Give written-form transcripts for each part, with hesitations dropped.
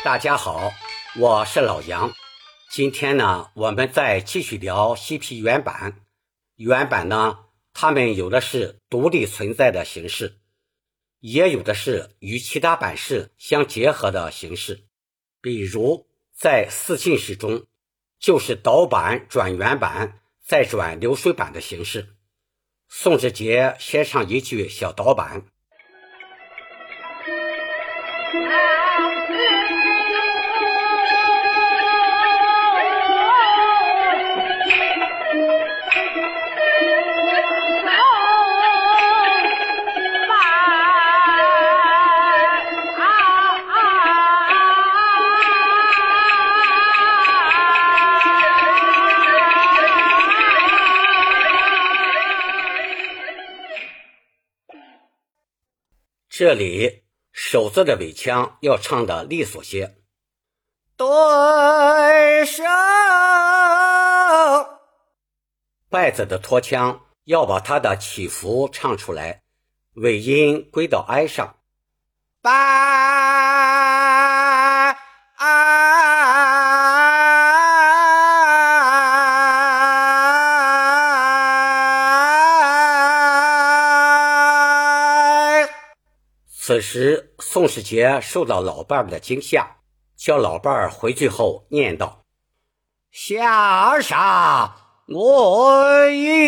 大家好，我是老杨。今天呢，我们再继续聊西皮原版。原版呢，它们有的是独立存在的形式，也有的是与其他版式相结合的形式。比如在四进士中，就是导版转原版再转流水版的形式。宋志杰先唱一句小导版。这里首字的尾腔要唱的利索些，对手，拜字的拖腔要把它的起伏唱出来，尾音归到哀上，拜此时宋世杰受到老伴儿的惊吓，叫老伴儿回去后念道：下杀我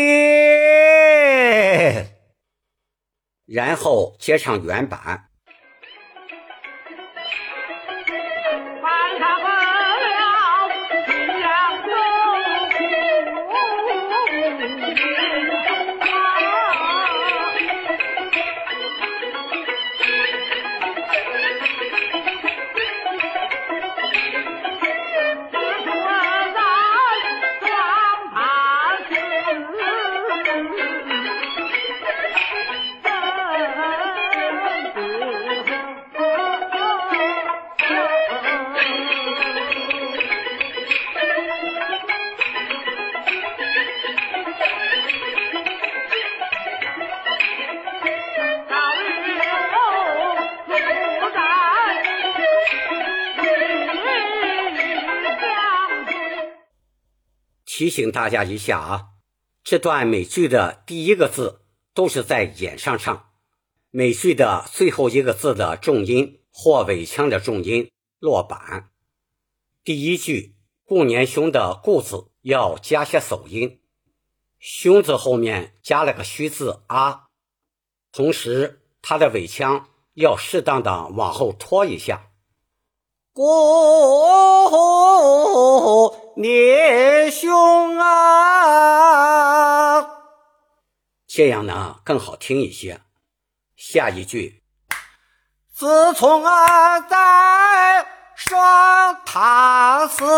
也，然后接上原版。提醒大家一下啊，这段美句的第一个字都是在眼上唱，美句的最后一个字的重音或尾腔的重音落板。第一句顾年兄的顾字要加些手音，兄字后面加了个虚字啊，同时它的尾腔要适当的往后拖一下。顾年兄啊，这样呢更好听一些。下一句，自从在双塔寺，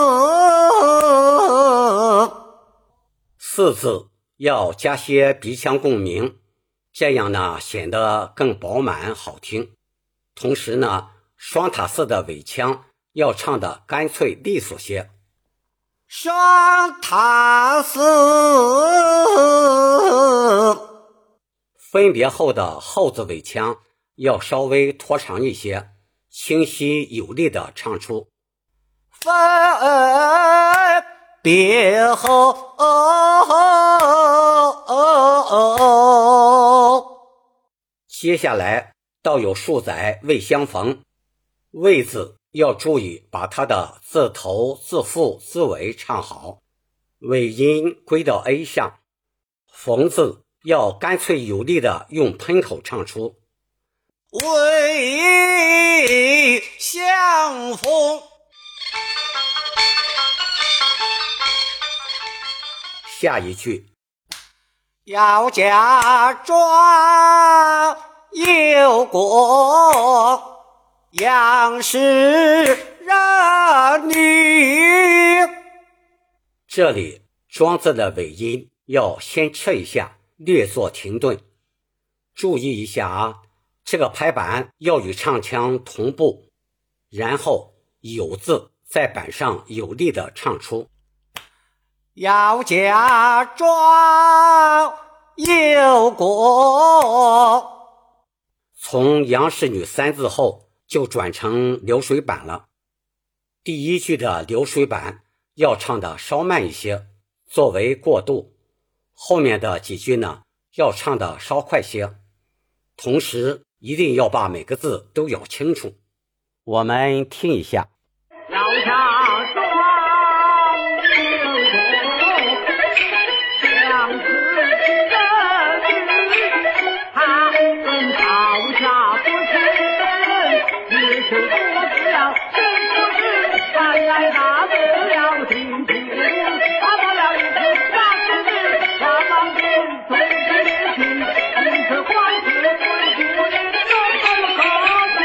四字要加些鼻腔共鸣，这样呢显得更饱满好听。同时呢，双塔寺的尾腔要唱得干脆利索些。双塔寺分别后的后字尾腔要稍微拖长一些，清晰有力地唱出。分别后接下来倒有数载未相逢，未字要注意把它的字头、字腹、字尾唱好，尾音归到 A 上。逢字要干脆有力的用喷口唱出。未相逢，下一句要假装有过杨氏人女，这里庄字的尾音要先吃一下，略作停顿。注意一下啊，这个拍板要与唱腔同步，然后有字在板上有力地唱出。要假装有过，从杨氏女三字后就转成流水版了。 第一句的流水板要唱的稍慢一些，作为过渡。后面的几句呢，要唱的稍快些。同时一定要把每个字都咬清楚。我们听一下。 要下双英雄，两次的他们朝下不是只是不知了，是不是原来大不了听清大不了一次大事情，万万别从心情，因此欢喜归故人，怎么可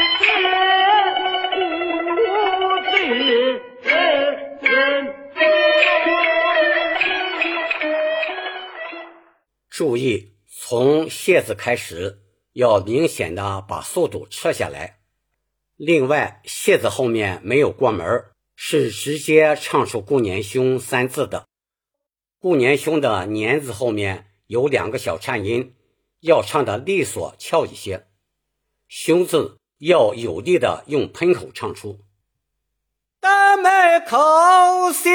注意，从谢字开始，要明显的把速度撤下来。另外，谢字后面没有过门，是直接唱出顾年兄三字的。顾年兄的年字后面有2个小颤音，要唱的利索翘一些。兄字要有力的用喷口唱出。 大门口写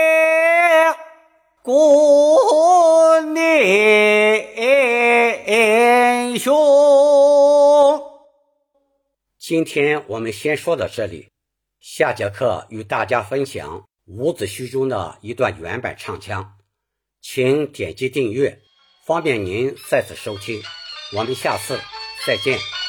顾年兄。 今天我们先说到这里，下节课与大家分享伍子胥中的一段原版唱腔，请点击订阅，方便您再次收听。我们下次再见。